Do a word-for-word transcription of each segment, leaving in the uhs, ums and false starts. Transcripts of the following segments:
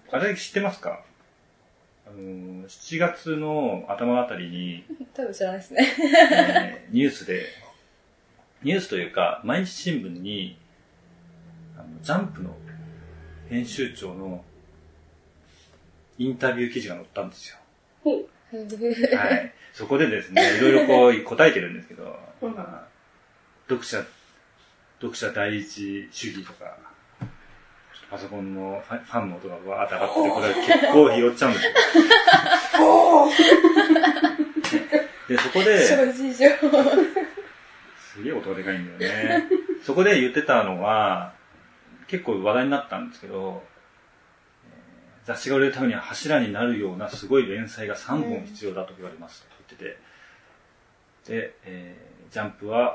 あれ知ってますか？あのしちがつの頭あたりに多分知らないですね、 えー、ニュースでニュースというか毎日新聞にあのジャンプの編集長のインタビュー記事が載ったんですよ。はい。そこでですね、いろいろこう答えてるんですけど、まあ、読者読者第一主義とか。パソコンのファンの音がわーって上がってて、これ結構拾っちゃうんですよ。で、そこで、すげえ音がでかいんだよね。そこで言ってたのは、結構話題になったんですけど、えー、雑誌が売れるためには柱になるようなすごい連載がさんぼん必要だと言われますと言ってて、で、えー、ジャンプは、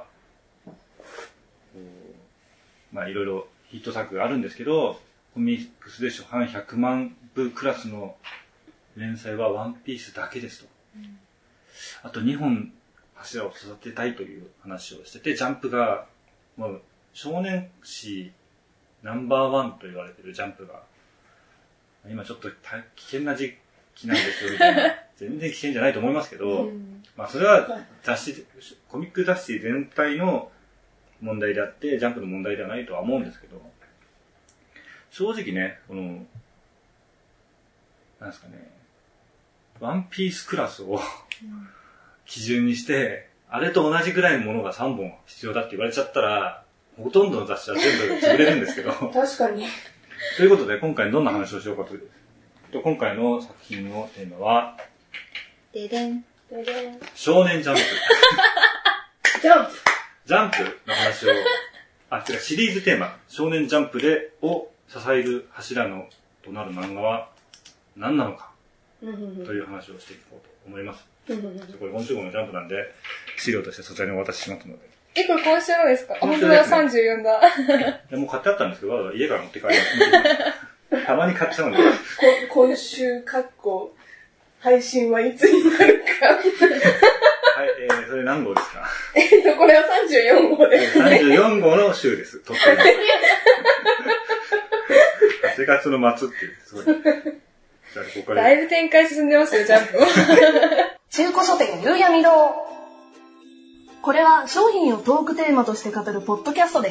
まあいろいろヒット作があるんですけど、コミックスで初版ひゃくまんぶクラスの連載はワンピースだけですと。うん、あとにほん柱を育てたいという話をしてて、ジャンプが、もう少年誌ナンバーワンと言われているジャンプが、今ちょっと危険な時期なんですよみたいな。全然危険じゃないと思いますけど、うん、まあそれは雑誌、コミック雑誌全体の問題であって、ジャンプの問題ではないとは思うんですけど、正直ね、この、なんですかね、ワンピースクラスを基準にして、あれと同じぐらいのものがさんぼん必要だって言われちゃったら、ほとんどの雑誌は全部潰れるんですけど。 確かに。 ということで、今回どんな話をしようかというと、今回の作品のテーマは、 ででん。ででん。 少年ジャンプ。 ジャンプジャンプの話を、あ、違う、シリーズテーマ、少年ジャンプで、を支える柱のとなる漫画は何なのか、という話をしていこうと思います。これ今週号のジャンプなんで、資料としてそちらにお渡ししますので。 え、これ今週のですか？本当だ、さんじゅうよんだ。 もう買ってあったんですけど、わざわざ家から持って帰ります。たまに買っちゃうんで。 今週、かっこ、配信はいつになるか。はい、 えー、それ何号ですか？ えっと、これはさんじゅうよん号です、ね。 さんじゅうよん号の週です。とっても。はちがつの末っていう、すごい。じゃあここからだいぶ展開進んでますよ、ジャンプも。 中古書店夕闇堂。これは商品をトークテーマとして語るポッドキャストです。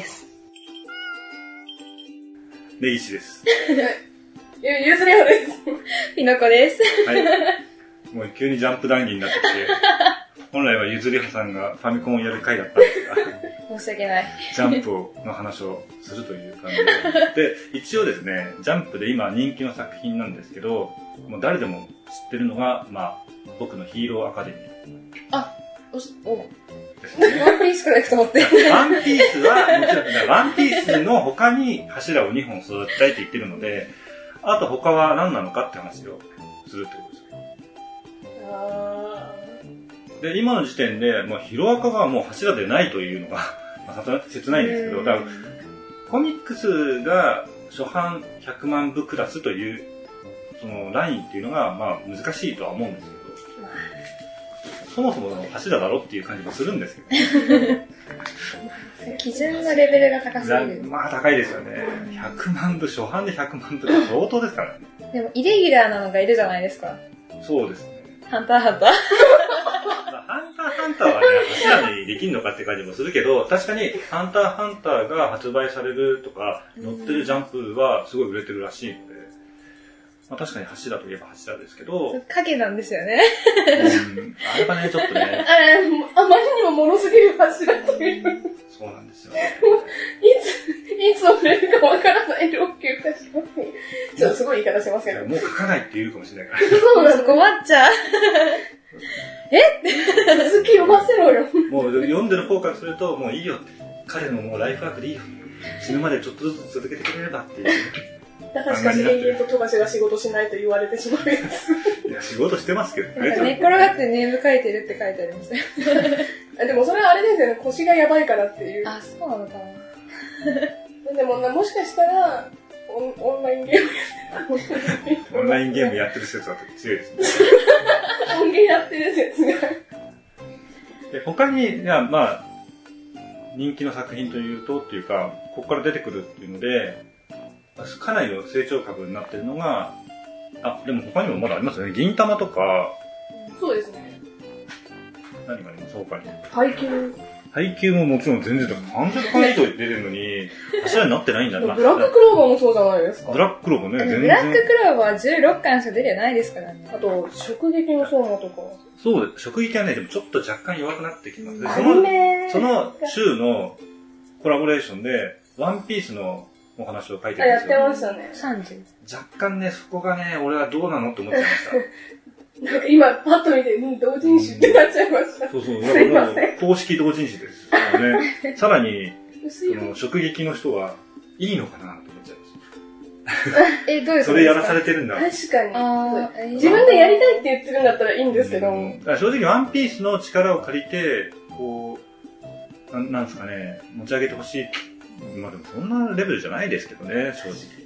根岸です。 ゆ、ゆずりょうです。 ピノコです。 はい。もう急にジャンプ談義になってきて、本来はゆずりょうさんがファミコンをやる回だったんですが、 申し訳ない。 ジャンプの話をするという感じで。で、一応ですね、ジャンプで今人気の作品なんですけど、もう誰でも知ってるのが、まあ、僕のヒーローアカデミー。 あ、お、お。 ですね。 ワンピースくらい行くと思って。 ワンピースは、もちろん、ワンピースの他に柱をにほん育てたいって言ってるので、あと他は何なのかって話をするってことですよ。あで、今の時点で、もうヒロアカがもう柱でないというのが、まあ、切ないんですけど、多分コミックスが初版ひゃくまんぶクラスという、そのラインっていうのが、まあ難しいとは思うんですけど、そもそもの柱だろっていう感じもするんですけど、ね、 基準のレベルが高すぎる。 まあ高いですよね。ひゃくまんぶ、初版でひゃくまんぶって相当ですからね。 でもイレギュラーなのがいるじゃないですか。 そうですね。 ハンターハンターハンターハンターはね、柱にできんのかって感じもするけど、確かにハンターハンターが発売されるとか、載ってるジャンプはすごい売れてるらしいので、まあ、確かに柱といえば柱ですけど、 影なんですよね。 うん、あれがね、ちょっとね。 あれ、あまりにも脆すぎる柱っていう。 そうなんですよ、ね。 いつ、いつ売れるかわからない老朽化しますね。ちょっとすごい言い方しますけど。 もう書かないって言うかもしれないから。 そうなんです。 困っちゃう。 え続き読ませろよ。 もう読んでる方からすると、もういいよって。彼のもうライフワークでいいよ。死ぬまでちょっとずつ続けてくれればっていう。 だからしかし永遠と富樫が仕事しないと言われてしまうやつ。 いや、仕事してますけどね。 寝っ転がってネーム書いてるって書いてありますよ。でもそれはあれですよね、腰がやばいからっていう。 あ、そうなのかな。 でももしかしたら、オン、オンラインゲームやってる。オンラインゲームやってる説は強いですね。 音源やってる説が。 で他に、いや、まあ、人気の作品というと、っていうか、ここから出てくるっていうので、かなりの成長株になっているのが、 あ、でも他にもまだありますよね。銀玉とか、 そうですね。 何があります他に。 配給。 配給ももちろん全然だからさんじゅっかい以上出てるのに、柱になってないんだな。 ブラッククローバーもそうじゃないですか。 ブラッククローバーね、全然。 ブラッククローバーはじゅうろっかんしか出てないですからね。 あと、食撃の相馬とか。 そうです。食撃はね、でもちょっと若干弱くなってきますね。 アニメその、その週のコラボレーションで、ワンピースのお話を書いてあ、やってるんですよ。 ましたね。 さんじゅう。 若干ね、そこがね、俺はどうなのって思っちゃいました。 なんか今、パッと見て、うん、同人誌ってなっちゃいました。 そうそう。 すいません。 公式同人誌ですよね。さらに、 薄いよその、食撃の人はいいのかなと思っちゃいました。 え、どういうことですか？ それやらされてるんだ。 確かに。 あー自分でやりたいって言ってるんだったらいいんですけど。 うんだから正直ワンピースの力を借りて、こう、ななんですかね、持ち上げてほしい。まあでもそんなレベルじゃないですけどね、正直。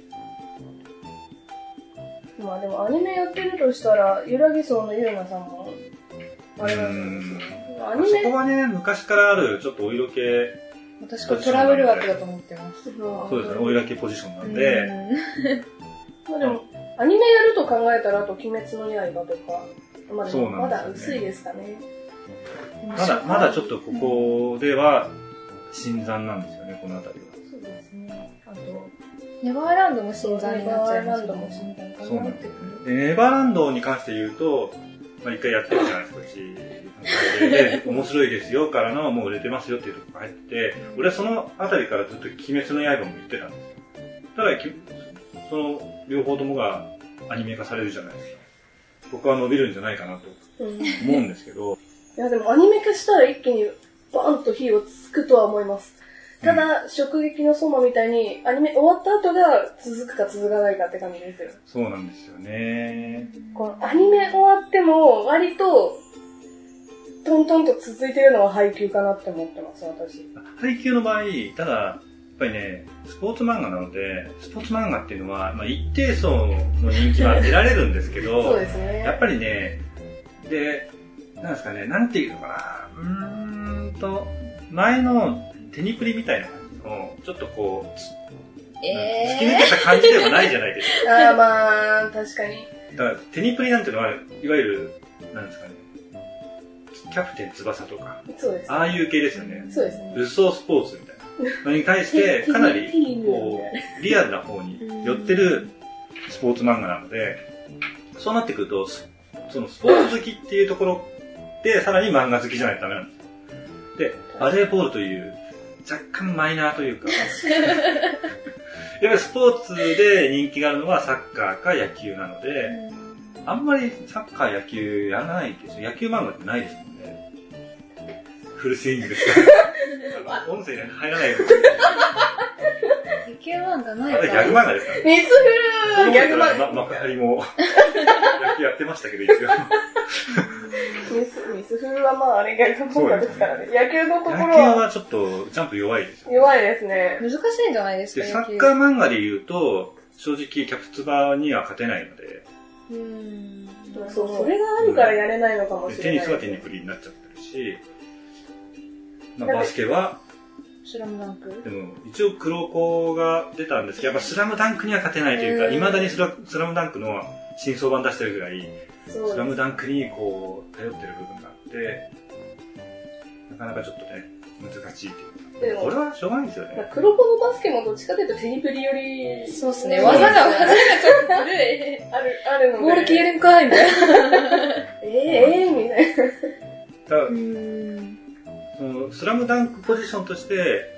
まあでもアニメやってるとしたら、ゆらぎそうのゆうなさんも、あれなんうんですよ。アニメそこはね、昔からある、ちょっとお色気、 私これトラブル枠だと思ってます。 そうですね、お色気ポジションなんで、 まあでも、アニメやると考えたら、あと、鬼滅の刃とか、まあでも、 そうなんですよねまだ薄いですかね。 まだ、まだちょっとここでは、新参なんですよね、このあたりは。 そうですね。あと、 ネバーランドも新参になっちゃいますネバーランドも新参かな。 そうなんですよね。で、ネバーランドに関して言うと、まあ一回やってるじゃないですか、うち。で、面白いですよからの、もう売れてますよっていうところが入ってて、俺はそのあたりからずっと鬼滅の刃も言ってたんですよ。ただ、きその両方ともがアニメ化されるじゃないですか。僕は伸びるんじゃないかなとうん。 思うんですけど、 いやでもアニメ化したら一気にバーンと火をつくとは思います。ただ、食撃の相馬みたいにアニメ終わった後が続くか続かないかって感じですよ。 そうなんですよね。 このアニメ終わっても割とトントンと続いてるのは配給かなって思ってます、私。 配給の場合、ただ、やっぱりね、スポーツ漫画なので、スポーツ漫画っていうのは、まあ、一定層の人気は得られるんですけど、 そうですね。 やっぱりね、で、なんですかね、なんていうのかな、うーんと、前のテニプリみたいな感じの、ちょっとこう、 え突き抜けた感じではないじゃないですか。 ああ、まあ、確かに。 だから、テニプリなんていうのは、いわゆる、なんですかね、キャプテン翼とか、 そうです。 ああいう系ですよね。 そうですね。 物騒スポーツみたいなのに対して、かなり、こう、リアルな方に寄ってるスポーツ漫画なので、そうなってくると、そのスポーツ好きっていうところで、さらに漫画好きじゃないとダメなんですよ。で、バレーボールという、若干マイナーというか、やっぱりスポーツで人気があるのはサッカーか野球なので、あんまりサッカー、野球やらないですよ。野球漫画ってないですもんね。フルスイングですから。音声に入らないです。 野球漫画ないあれギャグ漫画ですからね。 ミスフルギャグ漫画。 ま、幕張も野球やってましたけど、一応。 ミス、ミスフルはまああれギャグ漫画ですからね。野球のところ野球ははちょっとジャンプ弱いですよ。 弱いですね。 難しいんじゃないですで、 か、 サッカー漫画で言うと、正直キャプツバには勝てないので、 うーん。 そう、それがあるからやれないのかもしれない。 テニスはテニプリになっちゃってるし、まあ、バスケは、 スラムダンクでも一応黒子が出たんですけど、やっぱスラムダンクには勝てないというか、 うん未だにスラスラムダンクの新装版出してるぐらい、 そうですスラムダンクにこう、頼ってる部分があって、なかなかちょっとね、難しいっていうか。 でもこれはしょうがないですよね。 黒子のバスケもどっちかというとテニプリより、 そうっすね。技が、技がちょっと古い。 ある、あるので。 ボール消えるんかいみたいな。 えー、えー、みたいな。 ただうーん。 そのスラムダンクポジションとして、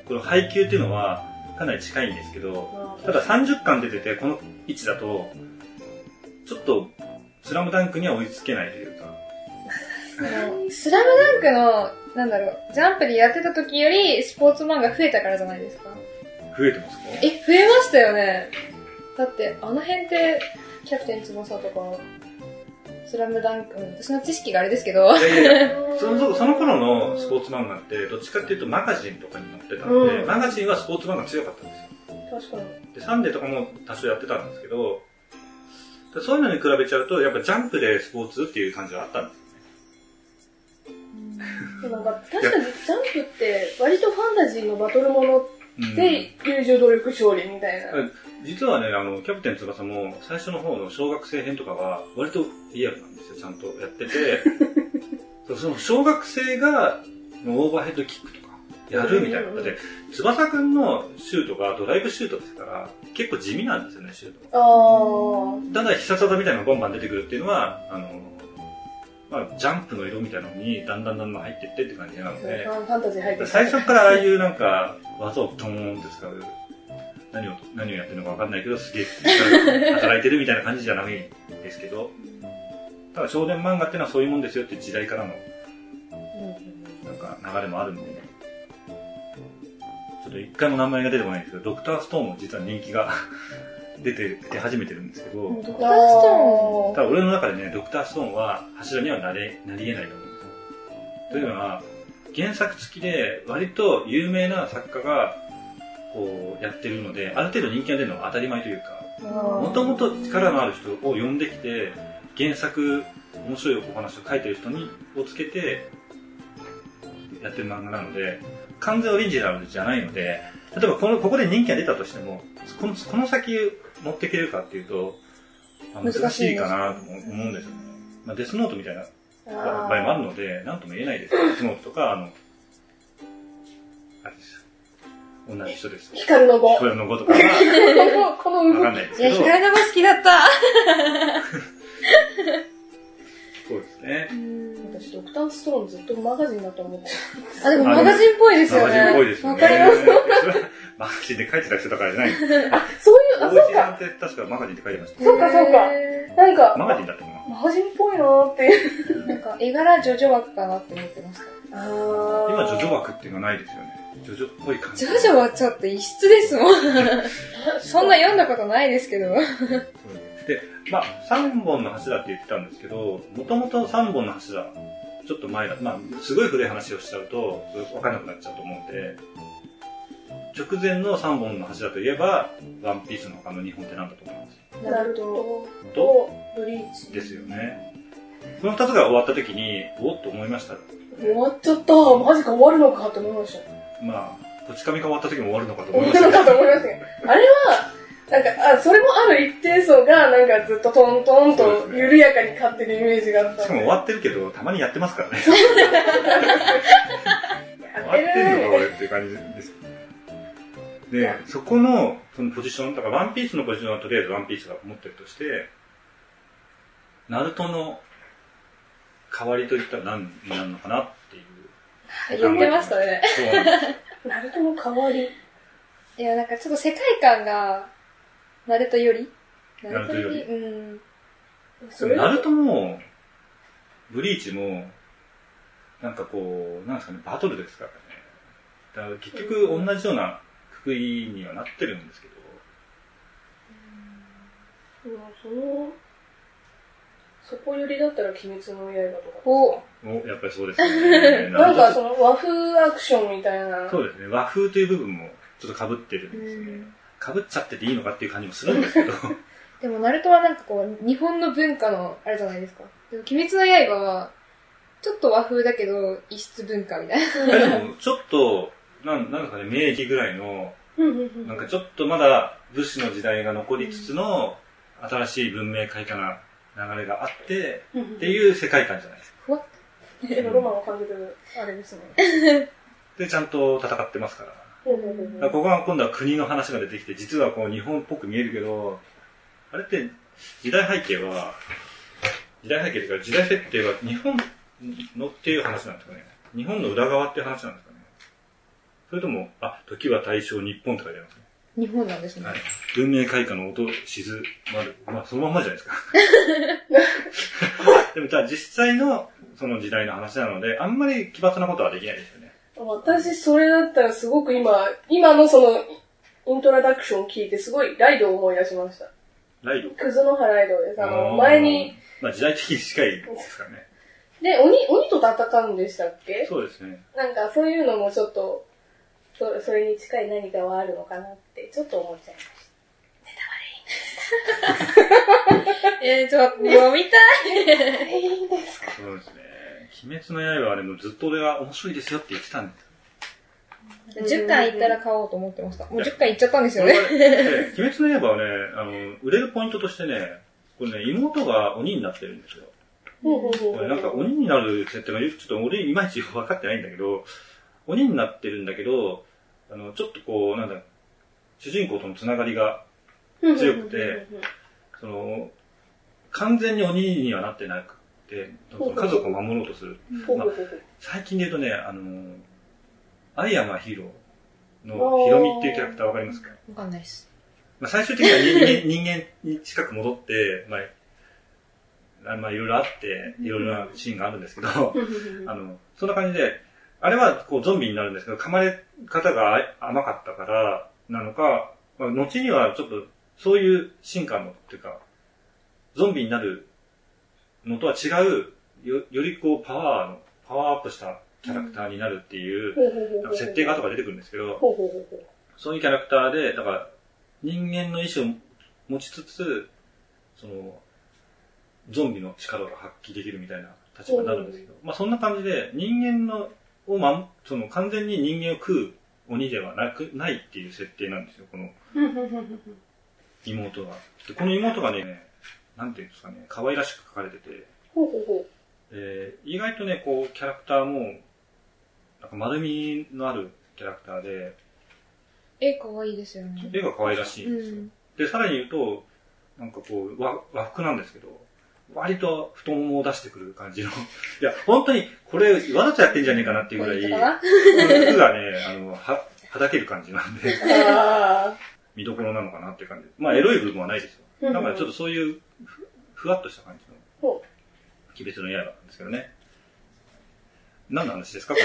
この配球っていうのはかなり近いんですけど、たださんじゅっかん出てて、この位置だと、ちょっとスラムダンクには追いつけないというか。 スラムダンクの、なんだろう、ジャンプでやってた時よりスポーツ漫画増えたからじゃないですか。 増えてますか？ え、増えましたよね。だって、あの辺って、キャプテン翼とか、スラムダンク、うん私の知識があれですけど。 いやいやいやそのその頃のスポーツ漫画って、どっちかっていうとマガジンとかに載ってたので、 うんマガジンはスポーツ漫画強かったんですよ。 確かに。 で、サンデーとかも多少やってたんですけど、そういうのに比べちゃうと、やっぱジャンプでスポーツっていう感じはあったんですよ。 でもなんか、確かにジャンプって、割とファンタジーのバトルものっで、友情努力勝利みたいな。 実はね、あの、キャプテン翼も最初の方の小学生編とかは割とリアルなんですよ、ちゃんとやってて。その小学生がオーバーヘッドキックとかやるみたいな。だって、翼くんのシュートがドライブシュートですから、結構地味なんですよね、シュート。 ああ。だんだん必殺技みたいなのがボンバン出てくるっていうのは、あの、まあ、ジャンプの色みたいなのにだんだんだんだん入っていってって感じなので、 ファンタジー入って最初からああいうなんか技をトーンって使う、何を何をやってるのか分かんないけどすげえ働いてるみたいな感じじゃないんですけど、ただ少年漫画っていうのはそういうもんですよって時代からのなんか流れもあるんで、ね、ちょっと一回も名前が出てこないんですけど、ドクターストーンも実は人気が出て出始めてるんですけど、 ドクターストーン、 ただ俺の中でね、ドクターストーンは柱にはなれなり得ないと思うんですよ。というのは原作付きで割と有名な作家がこうやってるので、ある程度人気が出るのは当たり前というか、もともと力のある人を呼んできて原作面白いお話を書いてる人にをつけてやってる漫画なので、完全オリジナルじゃないので、例えばこのここで人気が出たとしてもこのこの先持っていけるかっていうと難しいかなと思うんですよね。まあ、デスノートみたいな場合もあるので何とも言えないです。デスノートとかあのあれですよ、同じ人です。 光の碁。 光の碁とかはこの動き。 わかんないですけど。 いや、光の碁好きだった。 そうですね。 私、ドクターストーンずっとマガジンだと思ってあ、でもマガジンっぽいですよね。 マガジンっぽいですよね。 わかります。 マガジンで書いてた人だからじゃない。 あ、そういう、あ、そうおじさんか。 って確かマガジンで書いてました。 そうか、そうか。なんか、 マガジンだったかな。 マガジンっぽいなーっていう。 なんか、絵柄ジョジョ枠かなって思ってました。 あー。 今、ジョジョ枠っていうのはないですよね。ジョジョっぽい感じ。 ジョジョはちょっと異質ですもん。そんな読んだことないですけど。 で、まあ、さんぼんの柱って言ってたんですけど、もともとさんぼんの柱、ちょっと前だ、まあ、すごい古い話をしちゃうと、わからなくなっちゃうと思うんで、直前のさんぼんの柱といえば、ワンピースの他のにほんって何だと思います？ ナルトとブリーチ。 ですよね。このふたつが終わった時に、おっと思いました。 終わっちゃった。マジか終わるのかって思いました。 まあ、こち亀が終わった時も終わるのかと思終いました。 わるのかと思いましたけど。あれは、なんか、あ、それもある一定層が、なんかずっとトントンと緩やかに勝ってるイメージがあった。 しかも終わってるけど、たまにやってますからね。 終終わってるのか俺っていう感じです。で、そこの、そのポジション、だからワンピースのポジションはとりあえずワンピースが持ってるとして、ナルトの代わりといったら何になるのかなっていう。 言ってましたね。 そうなんです。 ナルトの代わり。 いや、なんかちょっと世界観が、ナルトよりナルトよりうん。 でもナルトも、ブリーチも、なんかこう、なんですかね、バトルですからね。だから結局同じようなくくりにはなってるんですけど。 うん、その、そこ寄りだったら鬼滅の刃とか。 おお、やっぱりそうですね。 なんかその和風アクションみたいな。 そうですね。和風という部分もちょっと被ってるんですよね。被っちゃってていいのかっていう感じもするんですけど。 でも、ナルトはなんかこう、日本の文化の、あれじゃないですか。でも、鬼滅の刃は、ちょっと和風だけど、異質文化みたいな。 でも、ちょっと、なん、なんですかね、明治ぐらいの、なんかちょっとまだ武士の時代が残りつつの、新しい文明開化な流れがあって、っていう世界観じゃないですか。 ふわっえ、ロマンを感じる、あれですね。 で、ちゃんと戦ってますから。だからここが今度は国の話が出てきて、実はこう日本っぽく見えるけど、あれって時代背景は、時代背景というか時代設定は日本のっていう話なんですかね。日本の裏側っていう話なんですかね。それとも、あ、時は大正日本って書いてありますね。 日本なんですね。 はい。文明開化の音静まる。まあそのまんまじゃないですか。でもじゃあ実際のその時代の話なので、あんまり奇抜なことはできないですよね。 私、それだったらすごく今、今のその、イントロダクションを聞いてすごいライドを思い出しました。 ライドクズノハライドです。あの、前に。 まあ時代的に近いですからね。 で、鬼、鬼と戦うんでしたっけ？ そうですね。 なんかそういうのもちょっと、そそれに近い何かはあるのかなってちょっと思っちゃいました。ネタバレいいんですか？ えー、ちょっと読みたい。 ネタバレいいんですか？ そうですね。鬼滅の刃はでもずっと俺は面白いですよって言ってたんですよ。 じゅっかん行ったら買おうと思ってました。もうじゅっかん行っちゃったんですよね。 鬼滅の刃はね、あの、売れるポイントとしてね、これね、妹が鬼になってるんですよ。これなんか鬼になる設定が、ちょっと俺いまいち分かってないんだけど、鬼になってるんだけど、あの、ちょっとこう、なんだ、主人公とのつながりが強くて、その、完全に鬼にはなってなくて、家族を守ろうとする。まあ、最近で言うとね、あの、アイアムアヒーローのヒロミっていうキャラクターわかりますか？ わかんないです。 まあ、最終的には人間、人間に近く戻って、まあ、まあいろいろあって、いろいろなシーンがあるんですけど、あの、そんな感じで、あれはこうゾンビになるんですけど、噛まれ方が甘かったからなのか、まあ、後にはちょっとそういう進化のっていうか、ゾンビになるのとは違う、よ, よりこうパワーの、パワーアップしたキャラクターになるっていう、なんか設定が後から出てくるんですけど、そういうキャラクターで、だから人間の意志を持ちつつ、その、ゾンビの力が発揮できるみたいな立場になるんですけど、まあそんな感じで人間の、をま、その完全に人間を食う鬼ではなく、ないっていう設定なんですよ、この妹が。でこの妹がね、なんていうんですかね、可愛らしく描かれてて、 ほうほうほうえー、意外とね、こう、キャラクターも、なんか丸みのあるキャラクターで、 絵可愛いですよね。 絵が可愛らしいんですよ。うん、で、さらに言うと、なんかこう、和、和服なんですけど、割と太ももを出してくる感じの。いや、本当に、これ、わざとやってんじゃねえかなっていうぐらい、服がね、あの、は、はだける感じなんで、見どころなのかなっていう感じ。まあ、エロい部分はないですよ。だからちょっとそういうふ、ふわっとした感じの、鬼滅の刃なんですけどね。何の話ですかこれ。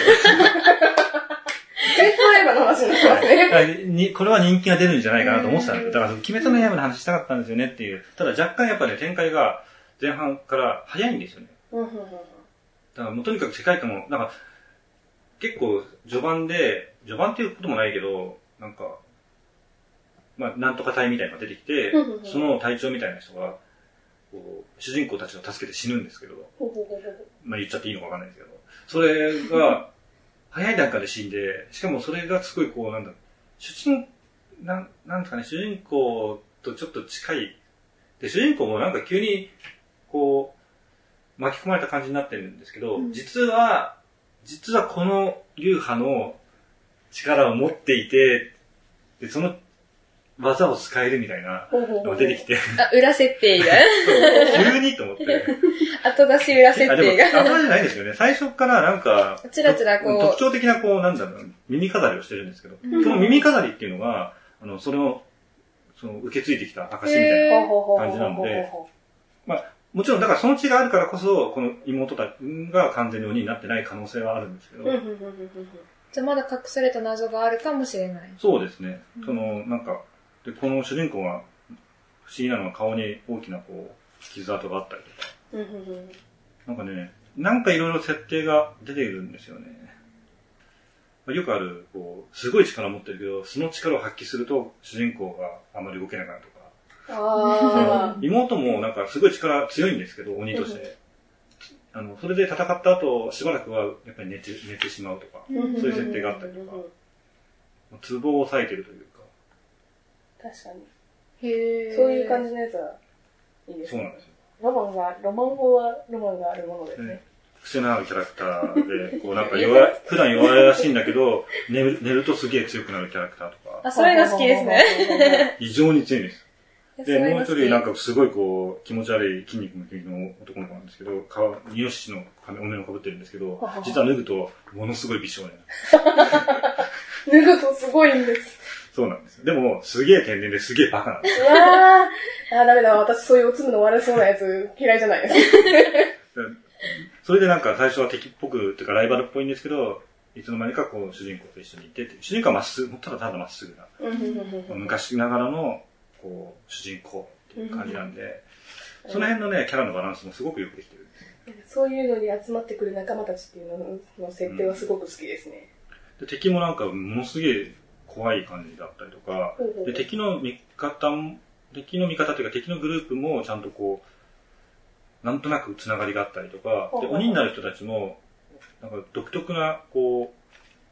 鬼滅の刃の話になってますね。 はい、にこれは人気が出るんじゃないかなと思ってたんですよ。だから、鬼滅の刃の話したかったんですよねっていう。ただ若干やっぱね、展開が前半から早いんですよね。だからもうとにかく世界観も、なんか、結構序盤で、序盤っていうこともないけど、なんか、まあ、なんとか隊みたいなのが出てきて、その隊長みたいな人が、こう、主人公たちを助けて死ぬんですけど、まあ言っちゃっていいのかわかんないですけど、それが、早い段階で死んで、しかもそれがすごいこう、なんだ、主人、なん、なんですかね、主人公とちょっと近い。で、主人公もなんか急に、こう、巻き込まれた感じになってるんですけど、うん、実は、実はこの流派の力を持っていて、で、その技を使えるみたいなのが出てきて。 あ、裏設定が急にと思って。 後出し裏設定が。 あ、でも、後じゃないですよね。最初からなんか、 ちらちらこう。 特徴的なこう、なんだろう、耳飾りをしてるんですけど、うん、その耳飾りっていうのが、あの、それを、その、受け継いできた証みたいな感じなので、まあ、もちろん、だからその血があるからこそ、この妹たちが完全に鬼になってない可能性はあるんですけど。 じゃあまだ隠された謎があるかもしれない。 そうですね。その、なんか、で、この主人公が不思議なのは顔に大きなこう、傷跡があったりとか。なんかね、なんかいろいろ設定が出ているんですよね。よくある、こう、すごい力を持ってるけど、その力を発揮すると主人公があまり動けなくなるとか。あ妹もなんかすごい力強いんですけど、鬼として。あの、それで戦った後、しばらくはやっぱり寝て、寝てしまうとか、そういう設定があったりとか、ツボを押さえてるというか。 確かに。 へー。 そういう感じのやつはいいですね。 そうなんですよ。 ロマンが、ロマン語はロマンがあるものですね。 癖のあるキャラクターで、こうなんか弱い、普段弱いらしいんだけど、寝る、寝るとすげえ強くなるキャラクターとか。 あ、そういうの好きですね。 異常に強いんです。で、もう一人なんかすごいこう、気持ち悪い筋肉ムキムキの男の子なんですけど、顔、ニオシシのお面をかぶってるんですけど、実は脱ぐとものすごい美少年。 脱ぐとすごいんです。 そうなんですよ。でも、すげえ天然ですげえバカなんです。 うわー。あー、ダメだ。私そういうおつむの悪そうなやつ嫌いじゃないです。 それでなんか最初は敵っぽく、っていうかライバルっぽいんですけど、いつの間にかこう主人公と一緒にいて、主人公はまっすぐ、ただただまっすぐな、昔ながらのこう主人公っていう感じなんで、その辺のね、キャラのバランスもすごくよくできてる。 そういうのに集まってくる仲間たちっていうのの設定はすごく好きですね。 うん、で敵もなんかものすげえ怖い感じだったりとか、で敵の味方も、敵の味方というか敵のグループもちゃんとこう、なんとなくつながりがあったりとか、で鬼になる人たちも、なんか独特なこう、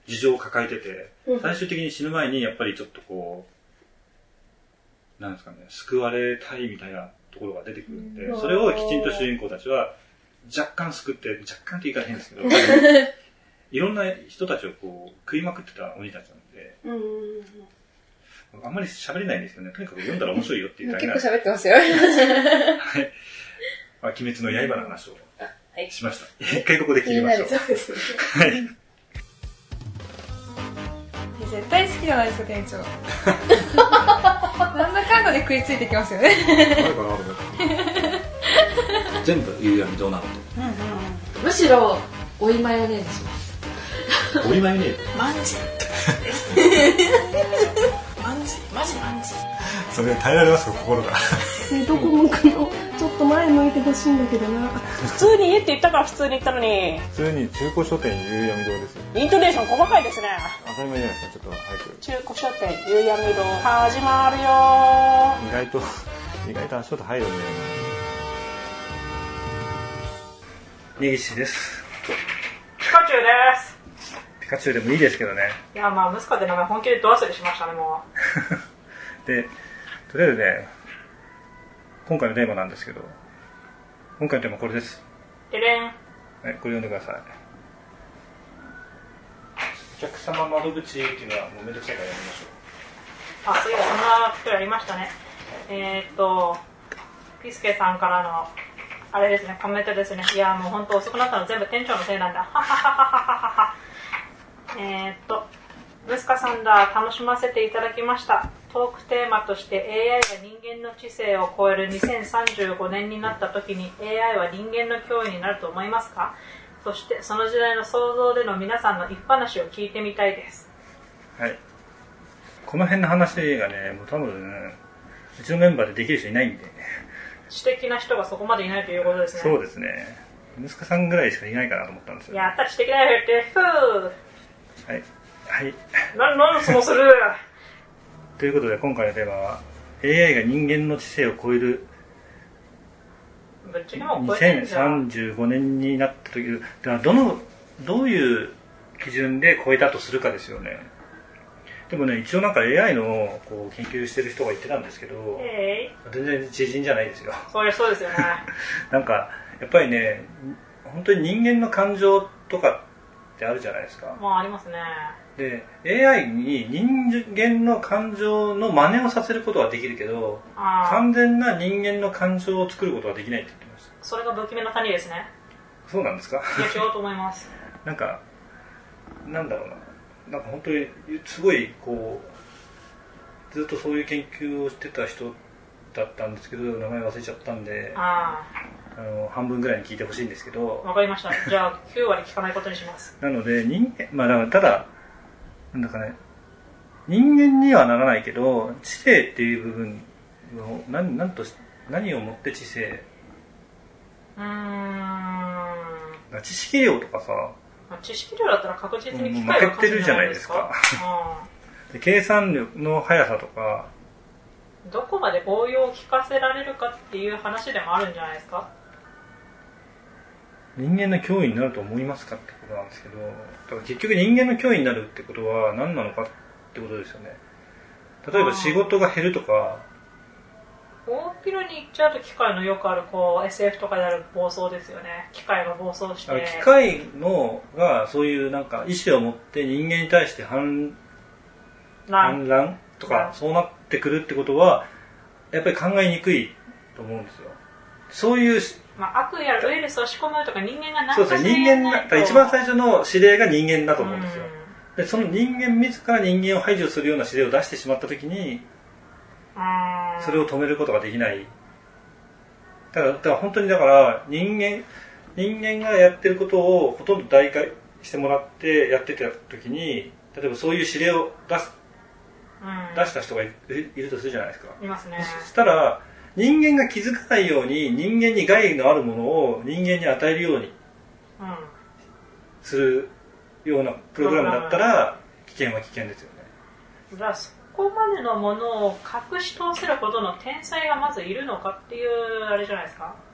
事情を抱えてて、 うん最終的に死ぬ前にやっぱりちょっとこう、なんですかね、救われたいみたいなところが出てくるんで、 うんそれをきちんと主人公たちは若干救って、若干って言い方変ですけど、いろんな人たちをこう食いまくってた鬼たちなんで、 うんうんうんあんまり喋れないんですけどね、とにかく読んだら面白いよっていうだけ結なんで。 構喋ってますよ。 はい。まあ、鬼滅の刃の話をはいしました。一回ここで切りましょう。 そうですね。 はい。 絶対好きじゃないですか、店長。なんだかんだで食いついてきますよね。 あるかな、ある全部夕闇堂なのと。 むしろ追いマヨネーズします。 追いマヨネーズマンジマンジマジマンジ。 それ耐えられますか、心が。 ね、どこ向くのちょっと前向いてほしいんだけどな。 普通に家って言ったから普通に言ったのに、 普通に中古書店夕闇堂ですよ。 イントネーション細かいですね。 当たり前じゃないですか、ちょっと早く。 中古書店夕闇堂始まるよ意外と、意外と足音入るんだよな。根岸です。 ピカチュウです。 ピカチュウでもいいですけどね。 いや、まあ、ムスカって名前本気でど忘れしましたね、もう。で、とりあえずね、今回のテーマなんですけど、今回のテーマはこれです。 でれん。 はい、これ読んでください。お客様窓口っていうのはもうめんどくさいからやめましょう。 あ、そういえばそんなことやりましたね。えー、っと、ピスケさんからの、あれですね、コメントですね。いや、もう本当遅くなったの全部店長のせいなんだ。はははははは。えー、っと、ムスカさんだ、楽しませていただきました。トークテーマとして エーアイ が人間の知性を超えるにせんさんじゅうごねんになった時に エーアイ は人間の脅威になると思いますか？そしてその時代の想像での皆さんの一話を聞いてみたいです。 はい。この辺の話がね、もう多分、ね、うちのメンバーでできる人いないんで。 知的な人がそこまでいないということですね。 そうですね。息子さんぐらいしかいないかなと思ったんですよ。 やった、知的な人ってふー。 はい。はい。 な、なんそのするということで今回のテーマは エーアイ が人間の知性を超えるにせんさんじゅうごねんになった時、だからどのどういう基準で超えたとするかですよね。でもね、一応なんか エーアイ のこう研究してる人が言ってたんですけど、 えー、全然知人じゃないですよ。 そりゃそうですよね。 なんかやっぱりね、本当に人間の感情とかってあるじゃないですか。 まあありますね。 で エーアイ に人間の感情の真似をさせることはできるけど、完全な人間の感情を作ることはできないって言ってました。 それが不気味な谷ですね。 そうなんですか？ いや違うと思います。 なんかなんだろうな、なんか本当にすごいこうずっとそういう研究をしてた人だったんですけど、名前忘れちゃったんで、ああの半分ぐらいに聞いてほしいんですけど。 わかりました。じゃあきゅうわり聞かないことにします。 なので人間、まあだからただなんだかね、人間にはならないけど知性っていう部分を何何と何をもって知性、 うーん、 知識量とかさ、 知識量だったら確実に機負械がけてるじゃないですか。で計算力の速さとか、 どこまで応用を聞かせられるかっていう話でもあるんじゃないですか。 人間の脅威になると思いますかってことなんですけど、だから結局人間の脅威になるってことは何なのかってことですよね。例えば仕事が減るとか、 大っ広に言っちゃうと機械のよくあるこう エスエフ とかである暴走ですよね。機械が暴走して、 機械のがそういうなんか意思を持って人間に対して反反乱とかそうなってくるってことはやっぱり考えにくいと思うんですよ。そういう、 まあ、悪やウイルスを仕込むとか人間が何かしらそうですね、人間が一番最初の指令が人間だと思うんですよ。でその人間自ら人間を排除するような指令を出してしまったときに、それを止めることができない。だから、だから本当にだから人間人間がやってることをほとんど代替してもらってやってたときに、例えばそういう指令を出す、出した人がいる、いるとするじゃないですか。 いますね。 そしたら人間が気づかないように人間に害のあるものを人間に与えるようにするようなプログラムだったら危険は危険ですよね。 じゃあそこまでのものを隠し通せるほどの天才がまずいるのかっていうあれじゃないですか。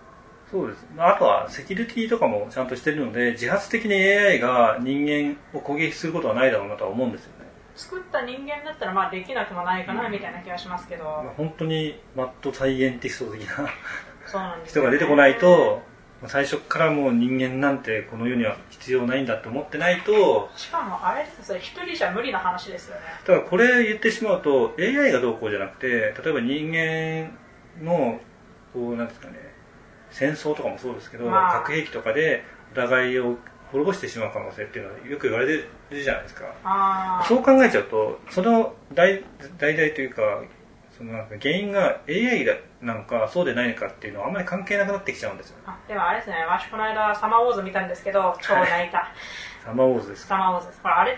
そうです。まあ、あとはセキュリティとかもちゃんとしてるので、自発的に エーアイ が人間を攻撃することはないだろうなとは思うんですよね。 作った人間だったらまあできなくもないかなみたいな気がしますけど、 まあ、本当にマッドサイエンティスト的なそうなんです人が出てこないと、最初からもう人間なんてこの世には必要ないんだって思ってないと。 しかもあれですね、それ一人じゃ無理な話ですよね。 だからこれ言ってしまうと エーアイ がどうこうじゃなくて、例えば人間のこうなんですかね、戦争とかもそうですけど、まあ、核兵器とかでお互いを滅ぼしてしまう可能性っていうのはよく言われてるじゃないですか。 あそう考えちゃうと、その大大々というか、そのなんか原因が エーアイ がなのかそうでないのかっていうのはあんまり関係なくなってきちゃうんですよね。 あ、でもあれですね、私この間サマーウォーズ見たんですけど、超泣いた。 サマーウォーズですか。 サマーウォーズです。これあれって、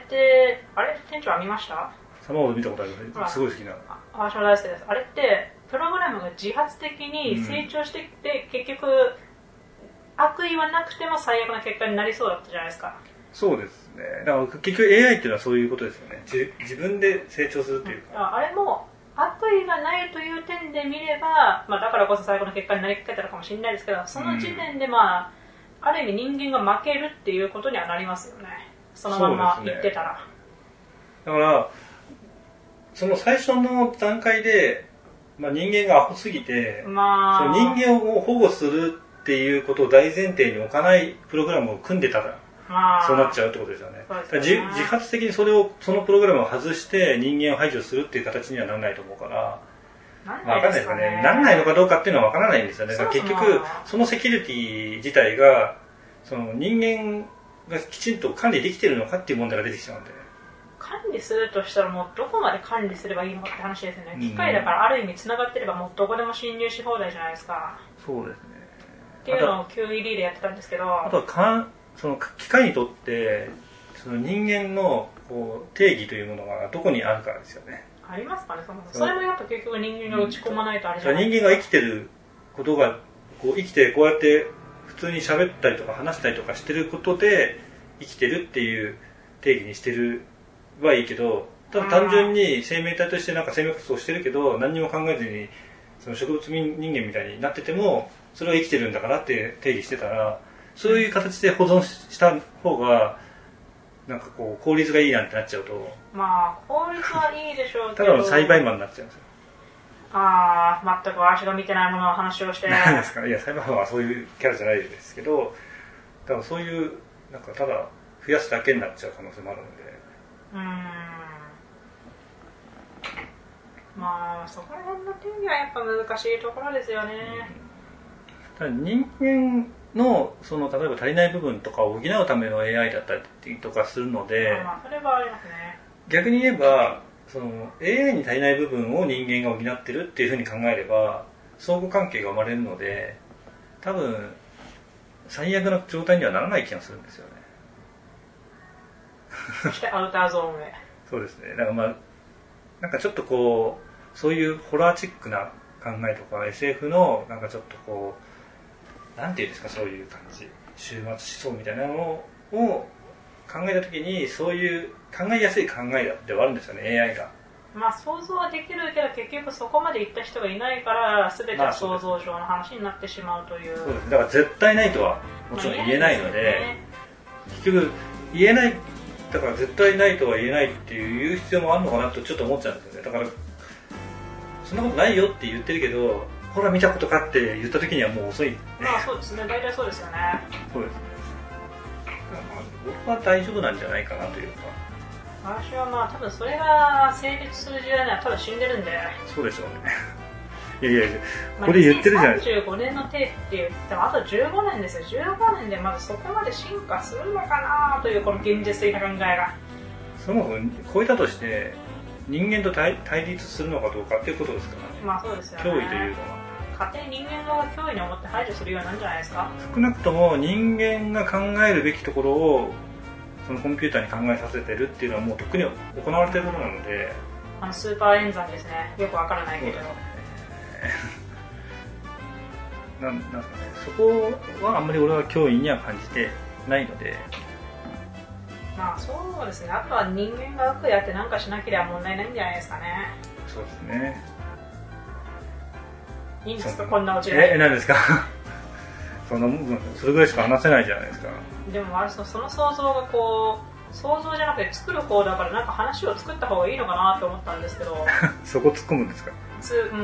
あれ店長は見ました？ サマーウォーズ見たことあるので、すごい好きな。 あ、私も大好きです。あれって、プログラムが自発的に成長してきて、うん、結局、悪意はなくても最悪な結果になりそうだったじゃないですか。 そうですね。だから結局 エーアイ っていうのはそういうことですよね。自, 自分で成長するっていうか。 うん、あれも悪意がないという点で見れば、まあ、だからこそ最後の結果になりかけたのかもしれないですけど、その時点でまあ、うん、ある意味人間が負けるっていうことにはなりますよね。そのまま言ってたら。 ね、だから、その最初の段階で、まあ、人間がアホすぎて、まあ、その人間を保護するっていうことを大前提に置かないプログラムを組んでたら、まあ、そうなっちゃうってことですよね。だ自, 自発的にそれをそのプログラムを外して人間を排除するっていう形にはならないと思うから、 なんまあ、分かんないですかね。ならないのかどうかっていうのは分からないんですよね。だから結局そのセキュリティ自体がその人間がきちんと管理できてるのかっていう問題が出てきちゃうんで。 管理するとしたらもうどこまで管理すればいいのって話ですよね。機械だからある意味繋がってればもうどこでも侵入し放題じゃないですか。 そうですね。 っていうのを キューイーディー でやってたんですけど、 あとはかその機械にとってその人間のこう定義というものがどこにあるかですよね。 ありますかね。そもそもそれもやっぱ結局人間が打ち込まないとあれじゃないですか。 人間が生きてることがこう生きてこうやって普通に喋ったりとか話したりとかしてることで生きてるっていう定義にしてるはいいけど、ただ単純に生命体としてなんか生命活動してるけど何にも考えずにその植物人間みたいになっててもそれは生きてるんだからって定義してたら、そういう形で保存した方がなんかこう効率がいいなんてなっちゃうと、 まあ効率はいいでしょうけど、 ただの栽培マンになっちゃうんですよ。 ああ、全く私が見てないものの話をして。 なんですかね。いや、栽培マンはそういうキャラじゃないですけど、だからそういうなんかただ増やすだけになっちゃう可能性もあるので。 うーん。まあそこら辺の定義はやっぱ難しいところですよね。 ただ人間のその例えば足りない部分とかを補うための エーアイ だったりとかするので、 まあそれはありますね。 逆に言えばその エーアイ に足りない部分を人間が補ってるっていうふうに考えれば相互関係が生まれるので、多分最悪な状態にはならない気がするんですよね。 そしてアウターゾーンへ。 そうですね。だからまあなんかちょっとこうそういうホラーチックな考えとか エスエフ のなんかちょっとこうなんていうんですか、そういう感じ、終末思想みたいなのを考えたときにそういう考えやすい考えではあるんですよね、 エーアイ が。 まあ想像はできるけど結局そこまで行った人がいないから全ては想像上の話になってしまうという。 そうです。だから絶対ないとはもちろん言えないので、結局言えない、だから絶対ないとは言えないっていう言う必要もあるのかなとちょっと思っちゃうんですよね。だからそんなことないよって言ってるけど、ほら見たことかって言った時にはもう遅い。 まあそうですね、大体そうですよね。 そうですね。だからまあ僕は大丈夫なんじゃないかなというか。 私はまあ多分それが成立する時代には多分死んでるんで。 そうでしょうね。いやいやいや、これ言ってるじゃないですか。 にせんさんじゅうごねんの手って言ってもあとじゅうごねんですよ。じゅうごねんでまずそこまで進化するのかなというこの現実的な考えが。 そもそも超えたとして人間と 対, 対立するのかどうかっていうことですからね。 まあそうですよね。 脅威というのは。 勝手に人間が脅威に思って排除するようになるんじゃないですか。 少なくとも人間が考えるべきところをそのコンピューターに考えさせてるっていうのはもうとっくに行われてることなので、 あのスーパー演算ですね。よくわからないけど。 なんなんかね、そこはあんまり俺は脅威には感じてないので。 まあそうですね。あとは人間が悪やって何かしなければ問題ないんじゃないですかね。 そうですね。 いいんですか、こんなオチで。 え、何ですか。 そのそれぐらいしか話せないじゃないですか。 でもあれその想像がこう想像じゃなくて作る方だからなんか話を作った方がいいのかなって思ったんですけどそこ突っ込むんですか。 つ、うん、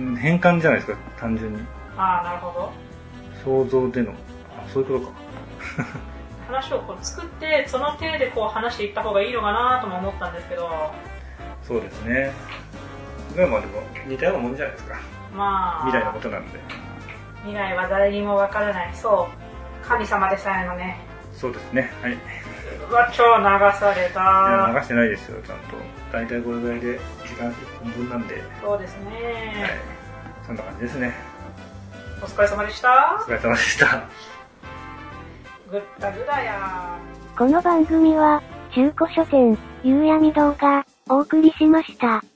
うん、変換じゃないですか、単純に。 ああなるほど。 想像での、あ、そういうことか話をこう作ってその手でこう話していった方がいいのかなとも思ったんですけど。 そうですね。まあまあでも似たようなもんじゃないですか。 まあ未来のことなんで。 未来は誰にもわからない。そう神様でさえのね。 そうですね。はい。 うわ超流された。 いや流してないですよ、ちゃんと。大体これぐらいで時間いっぽんぶんなんで。 そうですね、 はい、そんな感じですね。 お疲れ様でした。 お疲れ様でした。 ぐったぐだや。 この番組は中古書店ゆうやみ堂がお送りしました。